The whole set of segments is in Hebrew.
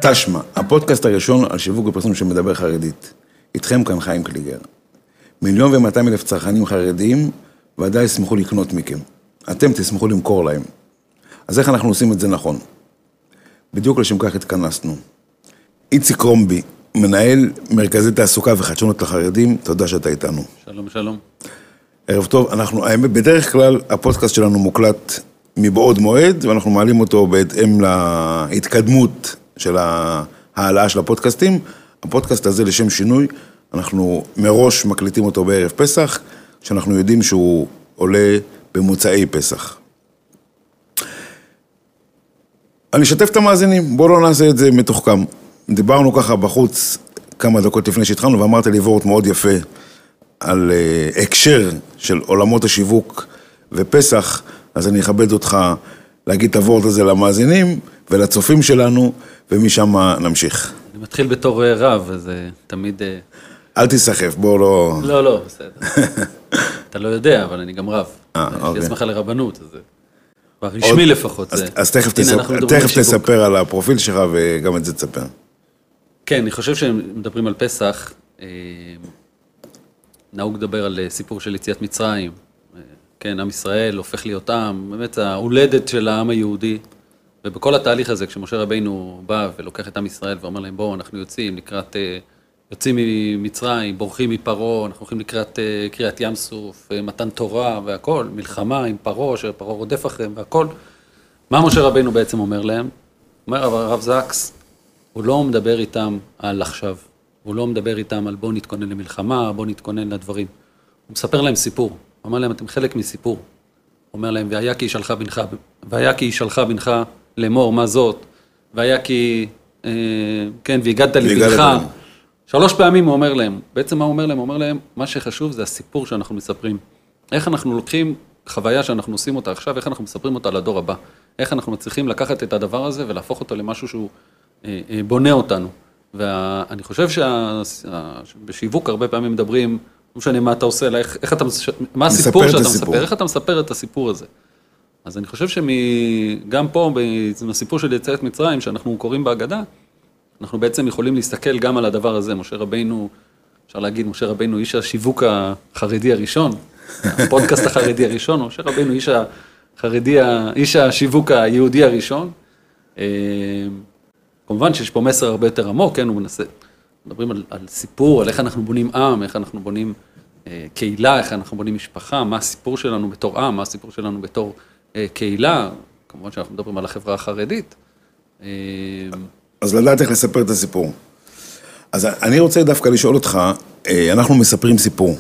תשמע, הפודקאסט הראשון על שיווק ופרסום שמדבר חרדית. איתכם כאן חיים קליגר. 1,200,000 צרכנים חרדיים, ודאי ישמחו לקנות מכם. אתם תשמחו למכור להם. אז איך אנחנו עושים את זה נכון? בדיוק לשם כך התכנסנו. איציק רומבי, מנהל מרכזי תעסוקה וחדשנות לחרדים, תודה שאתה איתנו. שלום, שלום. ערב טוב, בדרך כלל הפודקאסט שלנו מוקלט מבעוד מועד, ואנחנו מעלים אותו בהתאם להתקדמות של העלאה של הפודקאסטים. הפודקאסט הזה לשם שינוי, אנחנו מראש מקליטים אותו בערב פסח, שאנחנו יודעים שהוא עולה במוצאי פסח. אני אשתף את המאזינים, בואו לא נעשה את זה מתוחכם. דיברנו ככה בחוץ כמה דקות לפני שהתחלנו, ואמרת לי וורט מאוד יפה על הקשר של עולמות השיווק ופסח, אז אני אכבד אותך להגיד את הוורט הזה למאזינים ולצופים שלנו, ומשם נמשיך. אני מתחיל בתור רב, אז תמיד... אל תסחף, בואו לא... לא, בסדר. אתה לא יודע, אבל אני גם רב. אוקיי. יש לי הסמכה לרבנות, אז... ברשמי לפחות. אז תכף תספר על הפרופיל שלך וגם את זה תספר. כן, אני חושב שמדברים על פסח, נהוג לדבר על סיפור של יציאת מצרים, כן, עם ישראל הופך להיות עם, באמת ההולדת של העם היהודי, ובכל התהליך הזה, כשמשה רבינו בא ולוקח את עם ישראל ואומר להם, בואו, אנחנו יוצאים ממצרים, בורחים מפרעה, אנחנו הולכים לקראת קריאת ים סוף, מתן תורה והכל, מלחמה עם פרעה, שפרעה רודף אחריהם והכל. מה משה רבינו בעצם אומר להם? אומר הרב זקס, הוא לא מדבר איתם על עכשיו, הוא לא מדבר איתם על בואו נתכונן למלחמה, בואו נתכונן לדברים. הוא מספר להם סיפור, הוא אומר להם, אתם חלק מסיפור. הוא אומר להם, והיה כי ישאלך בנך לאמור מה זאת, והיה כי, כן, והגדת לבנך. 3 פעמים הוא אומר להם, בעצם מה הוא אומר להם? הוא אומר להם, מה שחשוב זה הסיפור שאנחנו מספרים. איך אנחנו לוקחים חוויה שאנחנו עושים אותה עכשיו, איך אנחנו מספרים אותה לדור הבא. איך אנחנו מצליחים לקחת את הדבר הזה ולהפוך אותו למשהו שהוא בונה אותנו. ואני חושב שבשיווק הרבה פעמים מדברים, לא משנה מה אתה עושה, מה הסיפור שאתה מספר, איך אתה מספר את הסיפור הזה. אז אני חושב שגם פה, בסיפור של יציאת מצרים, שאנחנו קוראים בהגדה, אנחנו בעצם יכולים להסתכל גם על הדבר הזה. משה רבינו, אפשר להגיד, משה רבינו איש השיווק החרדי הראשון, הפודקאסט החרדי הראשון, משה רבינו איש השיווק היהודי הראשון. כמובן שיש פה מסר הרבה יותר עמוק, כן, הוא מנסה, מדברים על סיפור, על איך אנחנו בונים עם, איך אנחנו בונים קהילה, איך אנחנו בונים משפחה, מה הסיפור שלנו בתור עם, מה הסיפור שלנו בתור קהילה, כמובן שאנחנו מדברים על החברה החרדית. אז לדעת איך לספר את הסיפור. אז אני רוצה דווקא לשאול אותך, אנחנו מספרים סיפור.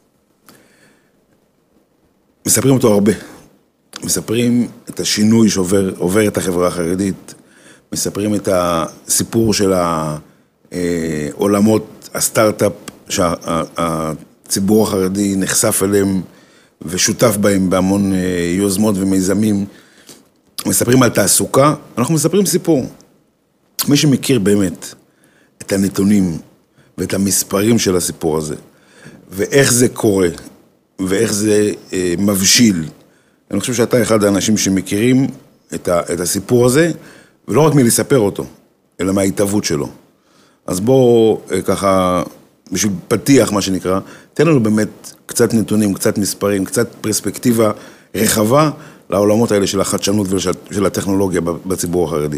מספרים אותו הרבה. מספרים את השינוי שעובר את החברה החרדית, מספרים את הסיפור של העולמות, הסטארט-אפ, שהציבור החרדי נחשף אליהם ושותף בהם בהמון יוזמות ומיזמים. מספרים על תעסוקה, אנחנו מספרים סיפור. מי שמכיר באמת את הנתונים ואת המספרים של הסיפור הזה, ואיך זה קורה, ואיך זה מבשיל, אני חושב שאתה אחד האנשים שמכירים את הסיפור הזה, ולא רק מלספר אותו, אלא מההתאבות שלו. אז בוא ככה, בשביל פתיח מה שנקרא, תן לנו באמת קצת נתונים, קצת מספרים, קצת פרספקטיבה רחבה לעולמות האלה של החדשנות ושל הטכנולוגיה בציבור החרדי.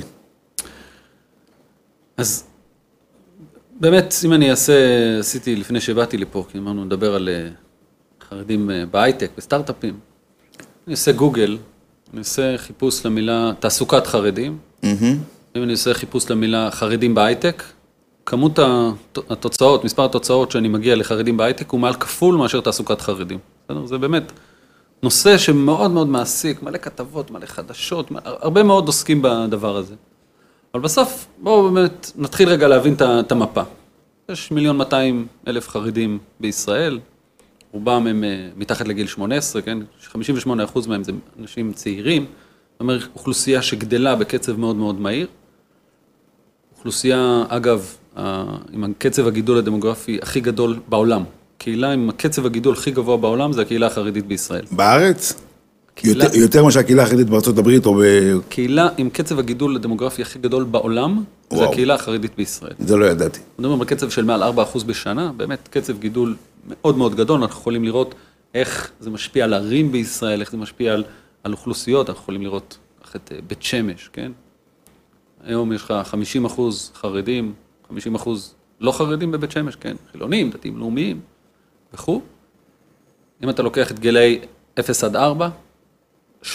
אז באמת, אם אני עשיתי לפני שבאתי לפה, כי אמרנו לדבר על חרדים בהייטק, בסטארט-אפים, אני עושה גוגל, אני עושה חיפוש למילה תעסוקת חרדים, אם אני עושה חיפוש למילה חרדים בהייטק, כמות התוצאות, מספר התוצאות שאני מגיע לחרדים בהייטק, הוא מעל כפול מאשר תעסוקת חרדים. זה באמת נושא שמאוד מאוד מעסיק, מלא כתבות, מלא חדשות, הרבה מאוד עוסקים בדבר הזה. אבל בסוף, בואו באמת נתחיל רגע להבין את המפה. יש 1,200,000 חרדים בישראל, רובם הם מתחת לגיל 18, כן? 58% מהם זה אנשים צעירים, זאת אומרת, אוכלוסייה שגדלה בקצב מאוד מאוד מהיר. אוכלוסייה, אגב, עם הקצב הגידול הדמוגרפי הכי גדול בעולם. קהילה עם הקצב הגידול הכי גבוה בעולם, זה הקהילה החרדית בישראל. בארץ? יותר מאשר הקהילה החרדית בארצות הברית או קהילה עם קצב הגידול הדמוגרפי הכי גדול בעולם, זה הקהילה החרדית בישראל. זה לא ידעתי. מדברים על קצב של מעל 4% בשנה, באמת קצב גידול מאוד מאוד גדול, אנחנו יכולים לראות איך זה משפיע על ערים בישראל, איך זה משפיע על אוכלוסיות, אנחנו יכולים לראות את בית שמש, כן? היום יש לך 50% חרדים, 50% לא חרדים בבית שמש, כן? חילונים, דתיים לאומיים, וכו'. אם אתה לוקח את גילאי 0 עד 4, 84%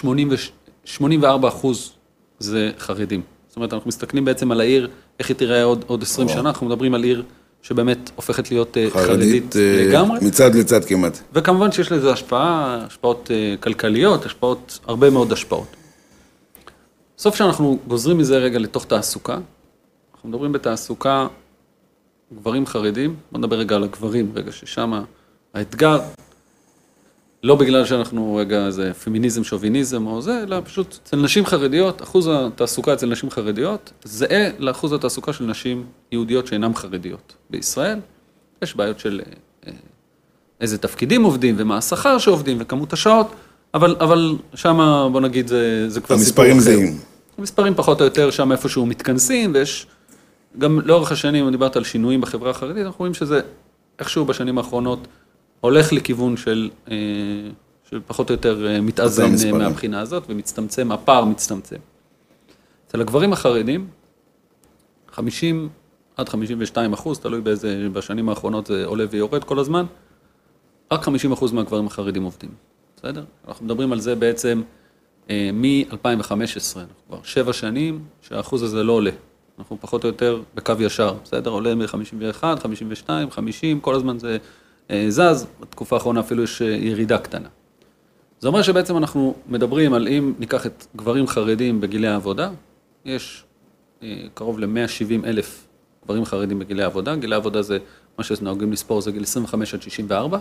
זה חרדים. זאת אומרת, אנחנו מסתכלים בעצם על העיר, איך היא תראה עוד 20 שנה, אנחנו מדברים על עיר שבאמת הופכת להיות חרדית לגמרי. מצד לצד כמעט. וכמובן שיש לזה השפעות כלכליות, הרבה מאוד השפעות. בסוף שאנחנו גוזרים מזה רגע לתוך תעסוקה, אנחנו מדברים בתעסוקה גברים חרדים, בוא נדבר רגע על הגברים, רגע ששם האתגר, לא בגלל שאנחנו רגע איזה פמיניזם, שוביניזם או זה, אלא פשוט אצל נשים חרדיות, אחוז התעסוקה אצל נשים חרדיות, זהה לאחוז התעסוקה של נשים יהודיות שאינן חרדיות בישראל. יש בעיות של איזה תפקידים עובדים ומה השכר שעובדים וכמות השעות, אבל שם בוא נגיד זה כבר סיפור אחר. המספרים זהים. המספרים פחות או יותר שם איפשהו מתכנסים, ויש גם לאורך השנים, אם דיברת על שינויים בחברה החרדית, אנחנו רואים שזה איכשהו בשנים האחרונות הולך לכיוון של פחות או יותר מתאזן מהבחינה הזאת, ומצטמצם, הפער מצטמצם. אצל הגברים החרדים, 50% עד 52%, תלוי באיזה, בשנים האחרונות זה עולה ויורד כל הזמן, רק 50% מהגברים החרדים עובדים. בסדר? אנחנו מדברים על זה בעצם מ-2015, כבר 7 שנים שהאחוז הזה לא עולה. אנחנו פחות או יותר בקו ישר, בסדר? עולה מ-51, 52, 50, כל הזמן זה זז, בתקופה האחרונה אפילו יש ירידה קטנה. זה אומר שבעצם אנחנו מדברים על אם ניקח את גברים חרדים בגילי העבודה, יש קרוב ל-170,000 גברים חרדים בגילי העבודה, גילי העבודה זה מה שנהוגים לספור, זה גיל 25 עד 64,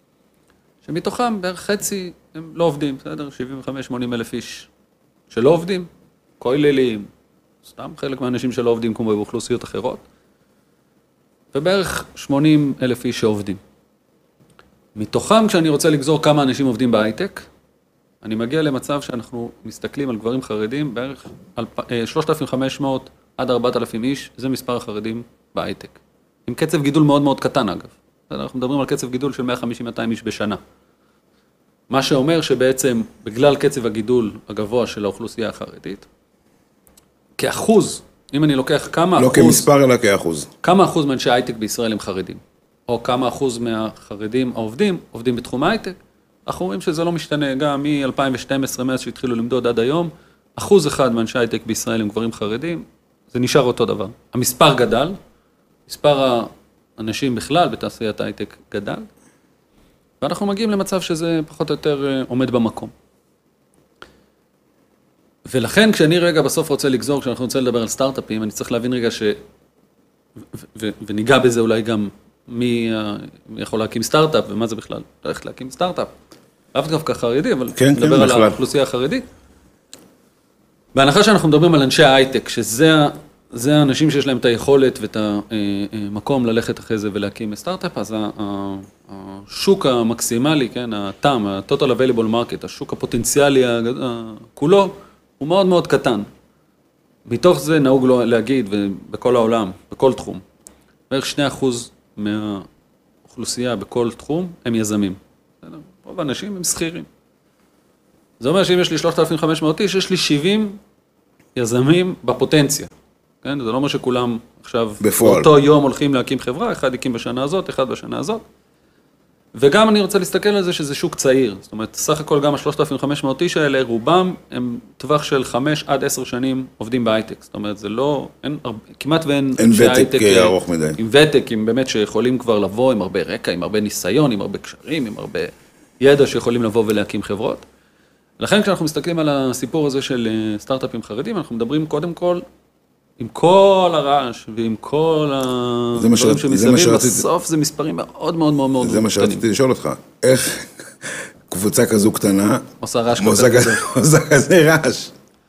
שמתוכם בערך חצי הם לא עובדים, בסדר? 75-80 אלף איש שלא עובדים, כוללים, סתם חלק מהאנשים שלא עובדים כמו באוכלוסיות אחרות, ובערך 80,000 איש שעובדים. מתוכם, כשאני רוצה לגזור כמה אנשים עובדים בהייטק, אני מגיע למצב שאנחנו מסתכלים על גברים חרדים, בערך 3,500 עד 4,000 איש, זה מספר החרדים בהייטק. עם קצב גידול מאוד מאוד קטן, אגב. אנחנו מדברים על קצב גידול של 150-200 איש בשנה. מה שאומר שבעצם, בגלל קצב הגידול הגבוה של האוכלוסייה החרדית, כאחוז, אם אני לוקח כמה אחוז... לא כמספר, אלא כאחוז. כמה אחוז מאנשי הייטק בישראל הם חרדים? או כמה אחוז מהחרדים העובדים, עובדים בתחום הייטק? אנחנו רואים שזה לא משתנה, גם מ-2012, מאז שהתחילו למדוד עד היום, 1% מאנשי הייטק בישראל הם גברים חרדים, זה נשאר אותו דבר. המספר גדל, מספר האנשים בכלל בתעשיית הייטק גדל, ואנחנו מגיעים למצב שזה פחות או יותר עומד במקום. ולכן כשאני רגע בסוף רוצה לגזור, כשאנחנו רוצה לדבר על סטארט-אפים, אני צריך להבין רגע וניגע בזה אולי גם מי יכול להקים סטארט-אפ, ומה זה בכלל? ללכת להקים סטארט-אפ. לאו דווקא חרדי, אבל נדבר על האוכלוסייה החרדית. בהנחה שאנחנו מדברים על אנשי ההייטק, שזה האנשים שיש להם את היכולת ואת המקום ללכת אחרי זה ולהקים סטארט-אפ, אז השוק המקסימלי, כן, הטעם, ה-total available market, השוק הפוטנציאלי כולו, הוא מאוד מאוד קטן. מתוך זה נהוג להגיד, ובכל העולם, בכל תחום, בערך 2% מהאוכלוסייה בכל תחום הם יזמים. רוב האנשים הם שכירים. זה אומר שאם יש לי 3,500 איש, יש לי 70 יזמים בפוטנציה. כן? זה לא אומר שכולם עכשיו, באותו יום הולכים להקים חברה, אחד הקים בשנה הזאת, אחד בשנה הזאת. וגם אני רוצה להסתכל על זה שזה שוק צעיר. זאת אומרת, סך הכל גם ה-3,500 איש האלה, רובם הם טווח של 5 עד 10 שנים עובדים בהייטק. זאת אומרת, זה לא, כמעט ואין... אין ותק ארוך מדי. עם ותק, עם באמת שיכולים כבר לבוא עם הרבה רקע, עם הרבה ניסיון, עם הרבה קשרים, עם הרבה ידע שיכולים לבוא ולהקים חברות. לכן כשאנחנו מסתכלים על הסיפור הזה של סטארט-אפים חרדים, אנחנו מדברים קודם כל עם כל הרעש ועם כל הדברים שמסביב, בסוף זה מספרים מאוד מאוד מאוד מאוד קטנים. זה מה שרציתי לשאול אותך, איך קבוצה כזו קטנה, עושה רעש כזה רעש?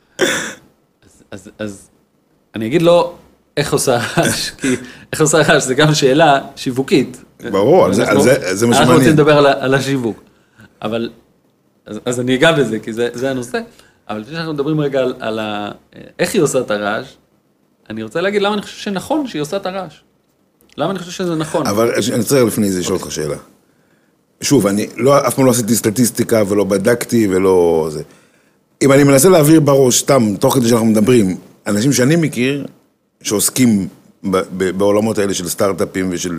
אז אני אגיד לו איך עושה רעש, כי איך עושה רעש זה גם שאלה שיווקית. ברור, זה מה שמעניין. אנחנו רוצים לדבר על השיווק, אבל, אז אני אגע בזה, כי זה הנושא, אבל לפני שאנחנו מדברים רגע על איך היא עושה את הרעש, אני רוצה להגיד למה אני חושב שנכון שהיא עושה את הרעש. למה אני חושב שזה נכון? אבל אני רוצה לפני זה לשאול אותך שאלה. שוב, אני אף פעם לא עשיתי סטטיסטיקה ולא בדקתי ולא זה. אם אני מנסה להעביר בראש, סתם, תוך כדי שאנחנו מדברים, אנשים שאני מכיר, שעוסקים בעולמות האלה של סטארט-אפים ושל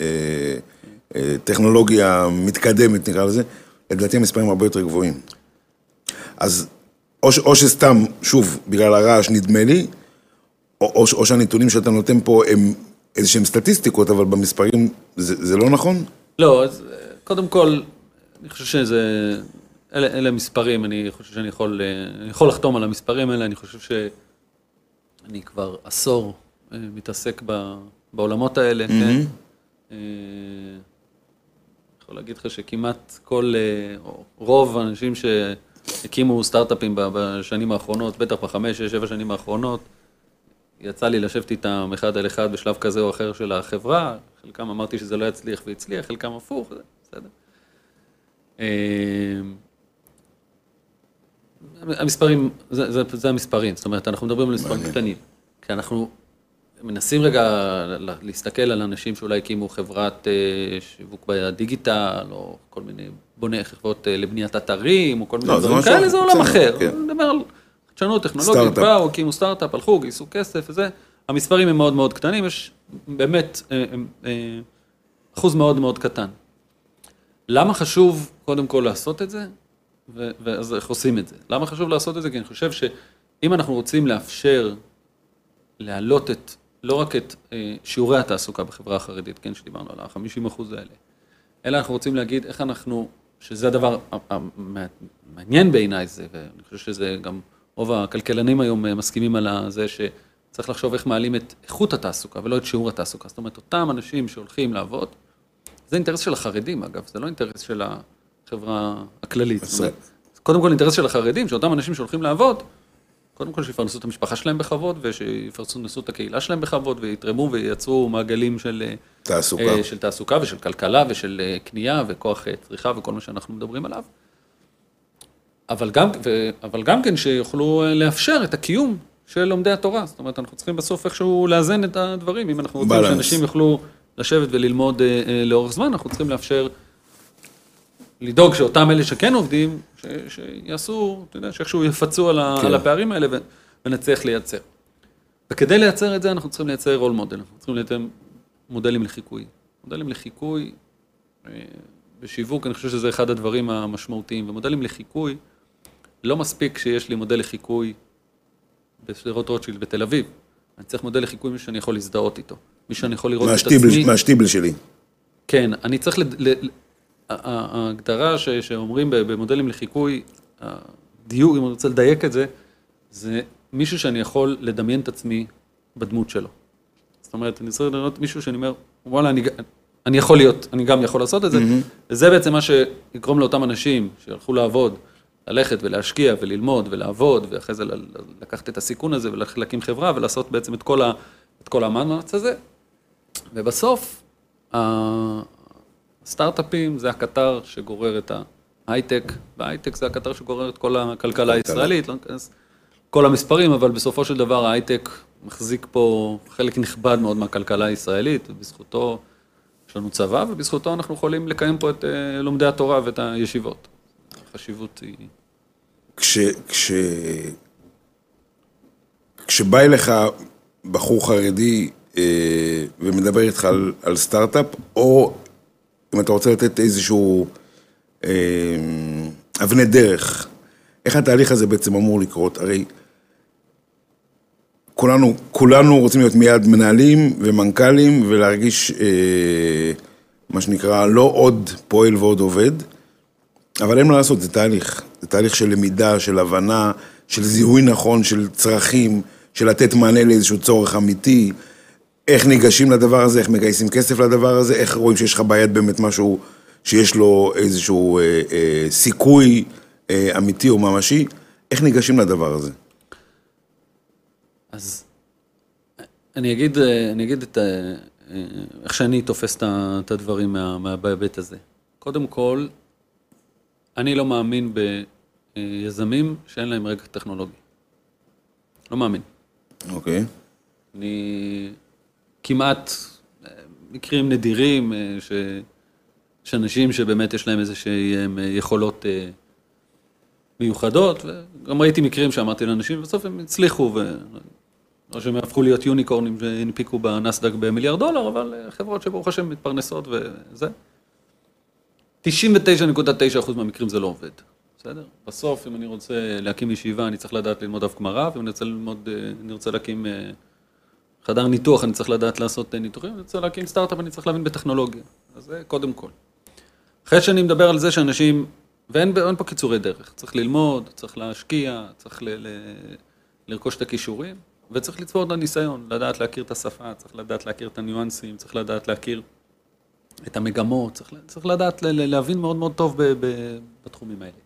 טכנולוגיה מתקדמת, נקרא לזה, לדעתי המספרים הרבה יותר גבוהים. אז או שסתם, שוב, בגלל הרעש נדמה לי, או שהנתונים שאתה נותן פה הם איזשהם סטטיסטיקות, אבל במספרים זה לא נכון? לא, אז קודם כל, אני חושב שזה, אלה מספרים, אני חושב שאני יכול לחתום על המספרים האלה, אני חושב שאני כבר עשור מתעסק בעולמות האלה, כן? יכול להגיד לך שכמעט רוב האנשים שהקימו סטארט-אפים בשנים האחרונות, בטח בחמש, שבע שנים האחרונות, יצא לי לשבת איתם אחד על אחד בשלב כזה או אחר של החברה, חלקם אמרתי שזה לא יצליח והצליח, חלקם הפוך, בסדר. המספרים, זה המספרים, זאת אומרת, אנחנו מדברים על מספרים קטנים, כי אנחנו מנסים רגע להסתכל על אנשים שאולי הקימו חברת שיווק בדיגיטל, או כל מיני בוני חברות לבניית אתרים, או כל מיני דברים כאלה, זה עולם אחר. אני מדבר על חדשנות טכנולוגית, באו, הקימו סטארט-אפ, הלכו, גייסו כסף וזה. המספרים הם מאוד מאוד קטנים, יש באמת אחוז מאוד מאוד קטן. למה חשוב קודם כל לעשות את זה? ואז איך עושים את זה? למה חשוב לעשות את זה? כי אני חושב שאם אנחנו רוצים לאפשר להעלות לא רק את שיעורי התעסוקה בחברה החרדית, כן, שדיברנו על ה-50% האלה, אלא אנחנו רוצים להגיד איך אנחנו, שזה הדבר מעניין בעיניי זה, ואני חושב שזה גם רוב הכלכלנים היום מסכימים על זה, שצריך לחשוב איך מעלים את איכות התעסוקה ולא את שיעור התעסוקה. זאת אומרת, אותם אנשים שהולכים לעבוד, זה אינטרס של החרדים, אגב, זה לא אינטרס של החברה הכללית. זאת אומרת, קודם כל אינטרס של החרדים, שאותם אנשים שהולכים לעבוד, קודם כל שיפרנסו את המשפחה שלהם בכבוד, ושיפרנסו את הקהילה שלהם בכבוד, ויתרמו וייצרו מעגלים של תעסוקה ושל כלכלה ושל קנייה וכוח צריכה וכל מה שאנחנו מדברים עליו. אבל גם כן שיוכלו לאפשר את הקיום של לומדי התורה. זאת אומרת, אנחנו צריכים בסוף איכשהו לאזן את הדברים. אם אנחנו רוצים שאנשים יוכלו לשבת וללמוד לאורך זמן, אנחנו צריכים לאפשר, לדאוג שאותם אלה שכן עובדים, שיעשו, אתה יודע, שאיכשהו יפצו על הפערים האלה ונצליח לייצר. וכדי לייצר את זה, אנחנו צריכים לייצר רול מודל. אנחנו צריכים לייצר מודלים לחיקוי. מודלים לחיקוי, בשיווק, אני חושב שזה אחד הדברים המשמעותיים. ומודלים לחיקוי, לא מספיק שיש לי מודל לחיקוי בשדרות רוטשילד בתל אביב. אני צריך מודל לחיקוי מי שאני יכול להזדהות איתו. מי שאני יכול לראות את עצמי. מהשטיבל שלי. כן, אני צריך ההגדרה שאומרים במודלים לחיקוי, דיוק, אם אני רוצה לדייק את זה, זה מישהו שאני יכול לדמיין את עצמי בדמות שלו. זאת אומרת, אני צריך לראות מישהו שאני אומר, וואלה, אני יכול להיות, אני גם יכול לעשות את זה, וזה בעצם מה שיגרום לאותם אנשים שהלכו לעבוד, ללכת ולהשקיע וללמוד ולעבוד, ואחרי זה לקחת את הסיכון הזה ולהקים חברה ולעשות בעצם את כל המאמץ הזה. ובסוף, הסטארט-אפים זה הקטר שגורר את ההייטק, וההייטק זה הקטר שגורר את כל הכלכלה הישראלית, לא נכנס כל המספרים, אבל בסופו של דבר ההייטק מחזיק פה חלק נכבד מאוד מהכלכלה הישראלית, ובזכותו יש לנו צבא, ובזכותו אנחנו יכולים לקיים פה את לומדי התורה ואת הישיבות. החשיבות היא... כשבא אליך בחור חרדי ומדבר איתך על סטארט-אפ, או אם אתה רוצה לתת איזשהו אבני דרך, איך התהליך הזה בעצם אמור לקרות? הרי כולנו רוצים להיות מיד מנהלים ומנכ"לים ולהרגיש מה שנקרא לא עוד פועל ועוד עובד, אבל אין מה לעשות, זה תהליך של למידה, של הבנה, של זיהוי נכון, של צרכים, של לתת מענה לאיזשהו צורך אמיתי, איך ניגשים לדבר הזה, איך מגייסים כסף לדבר הזה, איך רואים שיש לך ביד באמת משהו שיש לו איזשהו סיכוי אמיתי או ממשי, איך ניגשים לדבר הזה? אז אני אגיד איך שאני תופס את הדברים מהבית הזה. קודם כל, אני לא מאמין ביזמים שאין להם רקע טכנולוגי. לא מאמין. אוקיי. אני כמעט מקרים נדירים שאנשים שבאמת יש להם איזשהם יכולות מיוחדות, וגם ראיתי מקרים שאמרתי לאנשים, ובסוף הם הצליחו, או שהם הפכו להיות יוניקורנים והנפיקו בנסדק $1 מיליארד, אבל חברות שברוך השם מתפרנסות וזה. 99.9% מהמקרים זה לא עובד, בסדר? בסוף, אם אני רוצה להקים ישיבה, אני צריך לדעת ללמוד אף גמרא, ואם אני רוצה להקים חדר ניתוח, אני צריך לדעת לעשות ניתוחים, אני רוצה להקים סטארט-אפ, אני צריך להבין בטכנולוגיה. אז זה קודם כל. אחרי שאני מדבר על זה שאנשים, ואין פה קיצורי דרך, צריך ללמוד, צריך להשקיע, צריך לרכוש את הכישורים, וצריך לצבור את הניסיון, לדעת להכיר את השפה, צריך לדעת להכיר את הניואנסים, צריך לדעת להכיר את המגמות, צריך לדעת להבין מאוד מאוד טוב בתחומים האלה.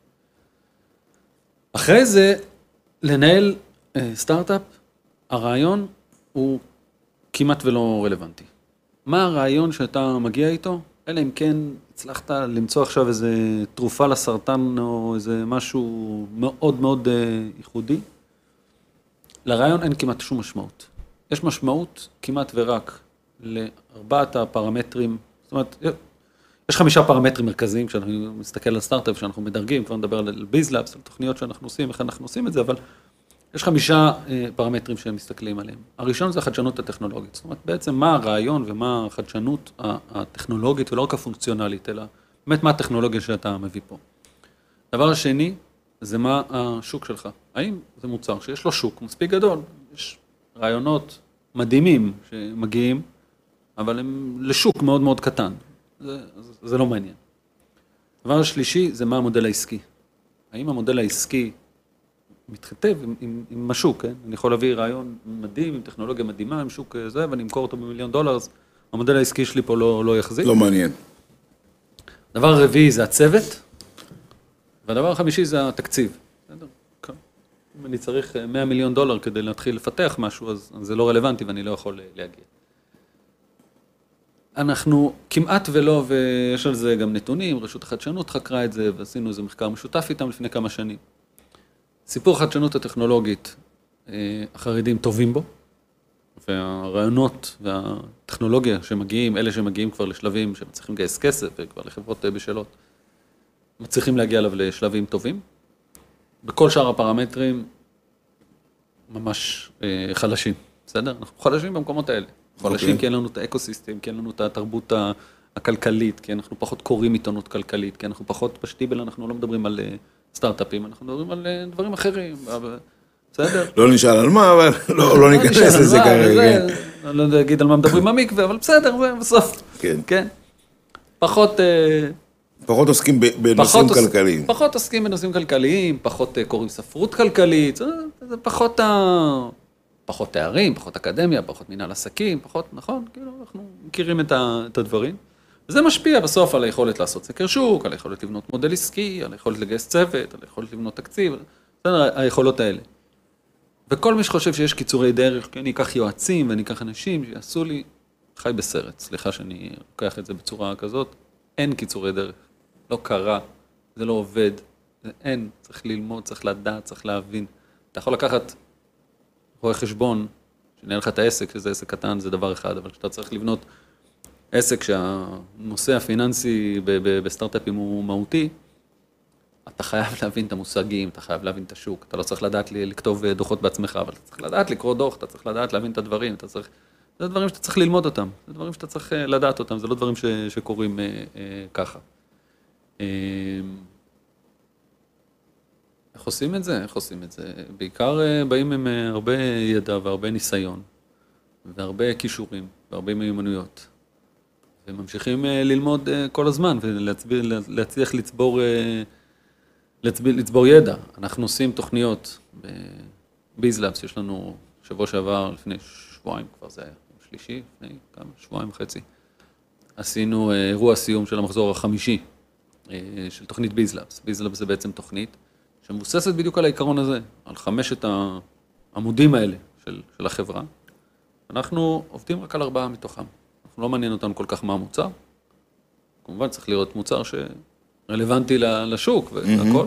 אחרי זה, לנהל סטארט-אפ, הרעיון הוא כמעט ולא רלוונטי. מה הרעיון שאתה מגיע איתו? אלא אם כן הצלחת למצוא עכשיו איזה תרופה לסרטן או איזה משהו מאוד מאוד ייחודי, לרעיון אין כמעט שום משמעות. יש משמעות כמעט ורק לארבעת הפרמטרים, זאת אומרת, יש 5 פרמטרים מרכזיים כשאנחנו מסתכל על סטארט-אפ, כשאנחנו מדרגים, כבר נדבר על ביזלאבס, על תוכניות שאנחנו עושים, איך אנחנו עושים את זה, אבל יש 5 פרמטרים שהם מסתכלים עליהם. הראשון זה החדשנות הטכנולוגית, זאת אומרת, בעצם מה הרעיון ומה החדשנות הטכנולוגית, ולא רק הפונקציונלית, אלא באמת מה הטכנולוגיה שאתה מביא פה. הדבר השני, זה מה השוק שלך. האם זה מוצר שיש לו שוק מספיק גדול? יש רעיונות מדהימים שמגיעים, אבל הם לשוק מאוד מאוד קטן. זה לא מעניין. הדבר השלישי, זה מה המודל העסקי. האם המודל העסקי מתכתב עם השוק, כן? אני יכול להביא רעיון מדהים, עם טכנולוגיה מדהימה, עם שוק זה, ואני אמכור אותו $1 מיליון, המודל העסקי שלי פה לא יחזיק. לא מעניין. הדבר הרביעי זה הצוות, והדבר החמישי זה התקציב. אם אני צריך $100 מיליון כדי להתחיל לפתח משהו, אז זה לא רלוונטי ואני לא יכול להגיע. אנחנו כמעט ולא, ויש על זה גם נתונים, רשות החדשנות חקרה את זה, ועשינו איזה מחקר משותף איתם לפני כמה שנים. סיפור החדשנות הטכנולוגית, החרדים טובים בו, והרעיונות והטכנולוגיה שמגיעים, אלה שמגיעים כבר לשלבים שמצליחים לגייס כסף, וכבר לחברות בשלות, מצליחים להגיע אליו לשלבים טובים. בכל שאר הפרמטרים ממש חלשים, בסדר? אנחנו חלשים במקומות האלה. חלשים כי אין לנו את האקוסיסטם, כי אין לנו את התרבות הכלכלית, כי אנחנו פחות קוראים עיתונות כלכלית, כי אנחנו פחות בשטיבל, אנחנו לא מדברים על סטארט-אפים, אנחנו מדברים על דברים אחרים, בסדר? לא נשאל על מה, אבל לא ניכנס לזה כרגע. אני לא אגיד על מה מדברים במקווה, אבל בסדר, בסוף. כן. פחות עוסקים בנושאים כלכליים. פחות עוסקים בנושאים כלכליים, פחות קוראים ספרות כלכלית, זה פחות תארים, פחות אקדמיה, פחות מנהל עסקים, פחות, נכון? כאילו, אנחנו מכירים את הדברים. וזה משפיע בסוף על היכולת לעשות סקר שוק, על היכולת לבנות מודל עסקי, על היכולת לגייס צוות, על היכולת לבנות תקציב, זה היכולות האלה. וכל מי שחושב שיש קיצורי דרך, כי אני אקח יועצים ואני אקח אנשים שיעשו לי, חי בסרט, סליחה שאני לוקח את זה בצורה כזאת, אין קיצורי דרך, לא קרה, זה לא עובד, זה אין, צריך ללמוד, צריך לדעת, צריך להבין. אתה יכול לקחת רואה חשבון, שנהיה לך את העסק, שזה עסק קטן, זה דבר אחד, אבל כשאתה צריך לבנות עסק שהנושא הפיננסי בסטארט-אפים הוא מהותי, אתה חייב להבין את המושגים, אתה חייב להבין את השוק, אתה לא צריך לדעת לכתוב דוחות בעצמך, אבל אתה צריך לדעת לקרוא דוח, אתה צריך לדעת להבין את הדברים, זה דברים שאתה צריך ללמוד אותם, זה דברים שאתה צריך לדעת אותם, זה לא דברים שקורים ככה. איך עושים את זה? איך עושים את זה? בעיקר באים עם הרבה ידע והרבה ניסיון, והרבה כישורים, והרבה מיומנויות. וממשיכים ללמוד כל הזמן, ולהצליח לצבור ידע. אנחנו עושים תוכניות בביזלאבס, יש לנו שבוע שעבר, לפני שבועיים, כבר זה היה שלישי, לפני כמה, שבועיים וחצי. עשינו אירוע סיום של המחזור החמישי, של תוכנית ביזלאבס. ביזלאבס זה בעצם תוכנית שמבוססת בדיוק על העיקרון הזה, על 5 העמודים האלה של החברה. אנחנו עובדים רק על 4 מתוכם. אנחנו לא מעניין אותנו כל כך מה המוצר. כמובן צריך לראות מוצר שרלוונטי לשוק והכל.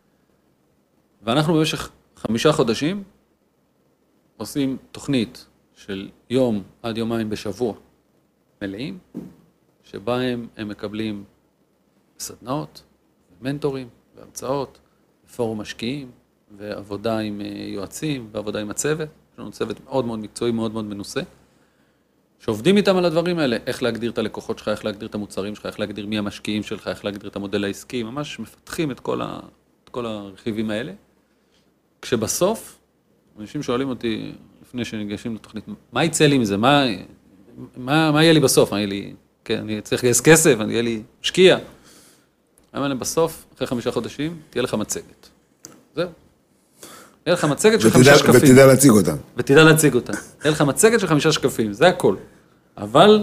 ואנחנו במשך 5 חודשים עושים תוכנית של יום עד יומיים בשבוע מלאים, שבהם הם מקבלים סדנאות, מנטורים והרצאות, פורום משקיעים ועבודה עם יועצים ועבודה עם הצוות. יש לנו צוות מאוד מאוד מקצועי, מאוד מאוד מנוסה, שעובדים איתם על הדברים האלה, איך להגדיר את הלקוחות שלך, איך להגדיר את המוצרים שלך, איך להגדיר מי המשקיעים שלך, איך להגדיר את המודל העסקי, ממש מפתחים את כל הרכיבים האלה. כשבסוף, אנשים שואלים אותי, לפני שניגשים לתוכנית, מה יצא לי מזה? מה יהיה לי בסוף? מה יהיה לי, כן, אני צריך לגייס כסף, אני יהיה לי משקיע. אבל בסוף, אחרי 5 חודשים, תהיה לך מצגת. זהו. יהיה לך מצגת של 5 שקפים. ותדע להציג אותה. ותדע להציג אותה. יהיה לך מצגת של 5 שקפים, זה הכל. אבל,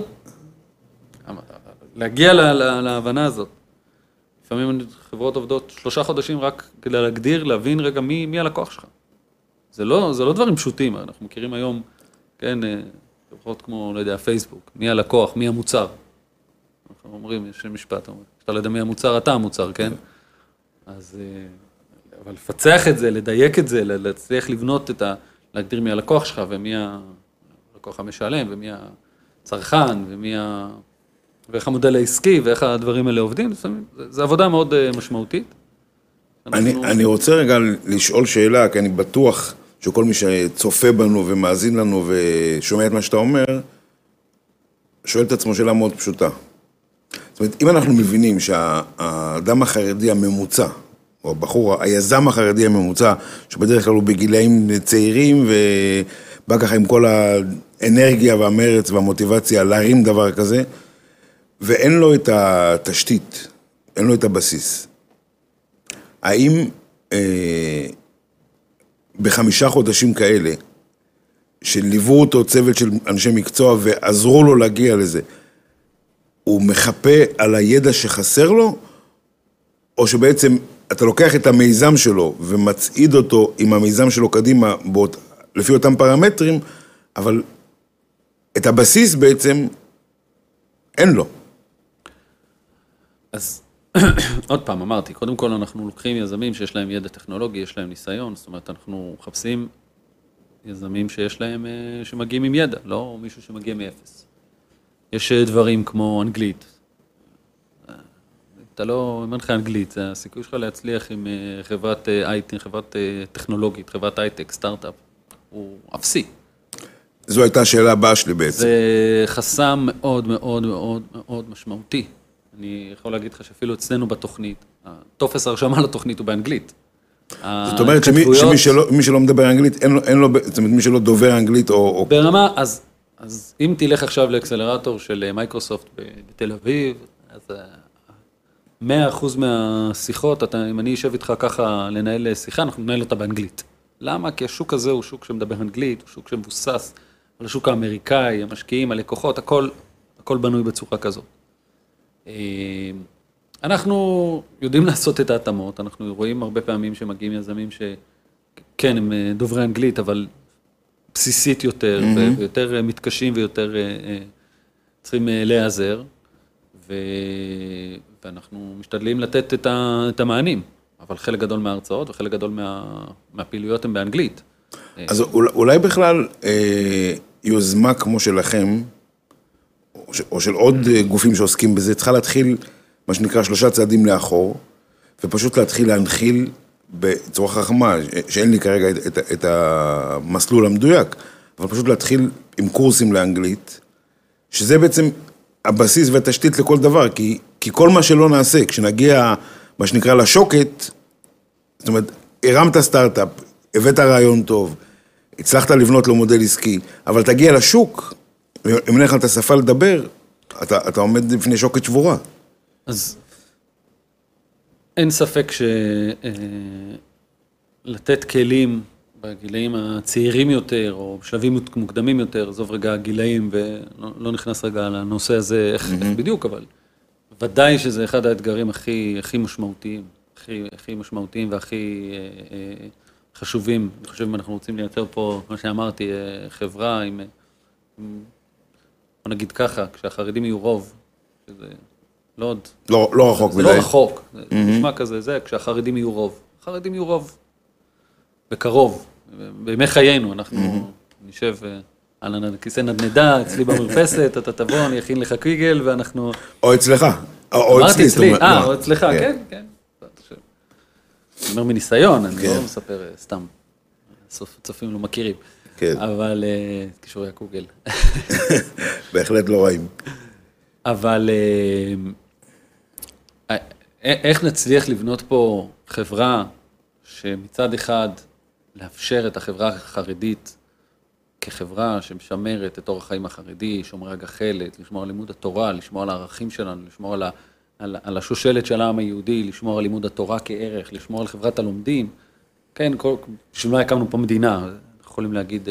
להגיע להבנה הזאת. לפעמים חברות עובדות 3 חודשים רק כדי להגדיר, להבין רגע מי הלקוח שלך. זה לא דברים פשוטים, אנחנו מכירים היום, כן, חברות כמו, לא יודע, פייסבוק, מי הלקוח, מי המוצר. אנחנו אומרים, יש משפט, שאתה לא יודע מי המוצר, אתה המוצר, כן? אז, אבל לפצח את זה, לדייק את זה, להצליח לבנות להגדיר מי הלקוח שלך, ומי הלקוח המשלם, ומי הצרכן, ואיך המודל העסקי, ואיך הדברים האלה עובדים, זו עבודה מאוד משמעותית. אני רוצה רגע לשאול שאלה, כי אני בטוח שכל מי שצופה בנו ומאזין לנו ושומע את מה שאתה אומר, שואל את עצמו שאלה מאוד פשוטה. זאת אומרת, אם אנחנו מבינים שהאדם החרדי הממוצע, או הבחור, היזם החרדי הממוצע, שבדרך כלל הוא בגילאים צעירים, ובא ככה עם כל האנרגיה והמרץ והמוטיבציה להרים דבר כזה, ואין לו את התשתית, אין לו את הבסיס. האם ב5 חודשים כאלה, שליוו אותו צוות של אנשי מקצוע ועזרו לו להגיע לזה, הוא מחפה על הידע שחסר לו, או שבעצם אתה לוקח את המיזם שלו ומצעיד אותו עם המיזם שלו קדימה לפי אותם פרמטרים, אבל את הבסיס בעצם אין לו. אז עוד פעם, אמרתי, קודם כל אנחנו לוקחים יזמים שיש להם ידע טכנולוגי, יש להם ניסיון, זאת אומרת, אנחנו מחפשים יזמים שיש להם, שמגיעים עם ידע, לא מישהו שמגיע מאפס. יש דברים כמו אנגלית. אתה לא אומר לך אנגלית, הסיכוי שלך להצליח עם חברת IT, חברת טכנולוגית, חברת הייטק, סטארט-אפ, הוא אפסי. זו הייתה השאלה הבאה שלי בעצם. זה חסם מאוד מאוד מאוד מאוד משמעותי. אני יכול להגיד לך שאפילו אצלנו בתוכנית, טופס הרשמה לתוכנית הוא באנגלית. זאת אומרת שמי שלא מדבר אנגלית, אין לו, זאת אומרת, מי שלא דובר אנגלית או... ברמה, אז אם תלך עכשיו לאקסלרטור של מייקרוסופט בתל אביב, אז 100% מהשיחות, אם אני אשב איתך ככה לנהל שיחה, אנחנו ננהל אותה באנגלית. למה? כי השוק הזה הוא שוק שמדבר אנגלית, הוא שוק שמבוסס על השוק האמריקאי, המשקיעים, הלקוחות, הכל בנוי בצורה כזאת. אנחנו יודעים לעשות את ההתאמות, אנחנו רואים הרבה פעמים שמגיעים יזמים שכן, הם דוברי אנגלית, אבל בסיסית יותר, ויותר מתקשים ויותר צריכים להיעזר, ואנחנו משתדלים לתת את המענים, אבל חלק גדול מההרצאות וחלק גדול מהפעילויות הם באנגלית. אז אולי בכלל יוזמה כמו שלכם, או של עוד גופים שעוסקים בזה, צריכה להתחיל, מה שנקרא, 3 צעדים לאחור, ופשוט להתחיל להנחיל בצורה חכמה, שאין לי כרגע את המסלול המדויק, אבל פשוט להתחיל עם קורסים לאנגלית, שזה בעצם הבסיס והתשתית לכל דבר, כי כל מה שלא נעשה, כשנגיע, מה שנקרא, לשוקת, זאת אומרת, הרמת סטארט-אפ, הבאת רעיון טוב, הצלחת לבנות לו מודל עסקי, אבל תגיע לשוק, אם אין לך את השפה לדבר, אתה עומד לפני שוקת שבורה. אז אין ספק שלתת כלים בגילאים הצעירים יותר, או בשלבים מוקדמים יותר, עזוב רגע הגילאים, ולא נכנס רגע לנושא הזה איך בדיוק, אבל ודאי שזה אחד האתגרים הכי משמעותיים, הכי משמעותיים והכי חשובים. אני חושב אם אנחנו רוצים לייצר פה, כמו שאמרתי, חברה עם בוא נגיד ככה, כשהחרדים יהיו רוב, שזה לא עוד... לא רחוק מדי. זה לא רחוק, זה נשמע כזה, זה כשהחרדים יהיו רוב. החרדים יהיו רוב בקרוב, בימי חיינו, אנחנו נשב על כיסא נדנדה, אצלי במרפסת, אתה תבוא, אני אכין לך קיגל, ואנחנו... או אצלך, או אמרתי אצלי, או אצלך, כן, כן. אני אומר מניסיון, אני לא מספר סתם, צופים לא מכירים. כן. אבל, קישורי הקוגל. בהחלט לא רעים. אבל, איך נצליח לבנות פה חברה שמצד אחד לאפשר את החברה החרדית כחברה שמשמרת את אורח החיים החרדי, שומרי הגחלת, לשמור על לימוד התורה, לשמור על הערכים שלנו, לשמור על השושלת של העם היהודי, לשמור על לימוד התורה כערך, לשמור על חברת הלומדים. כן, בשביל מה הקמנו פה מדינה, יכולים להגיד,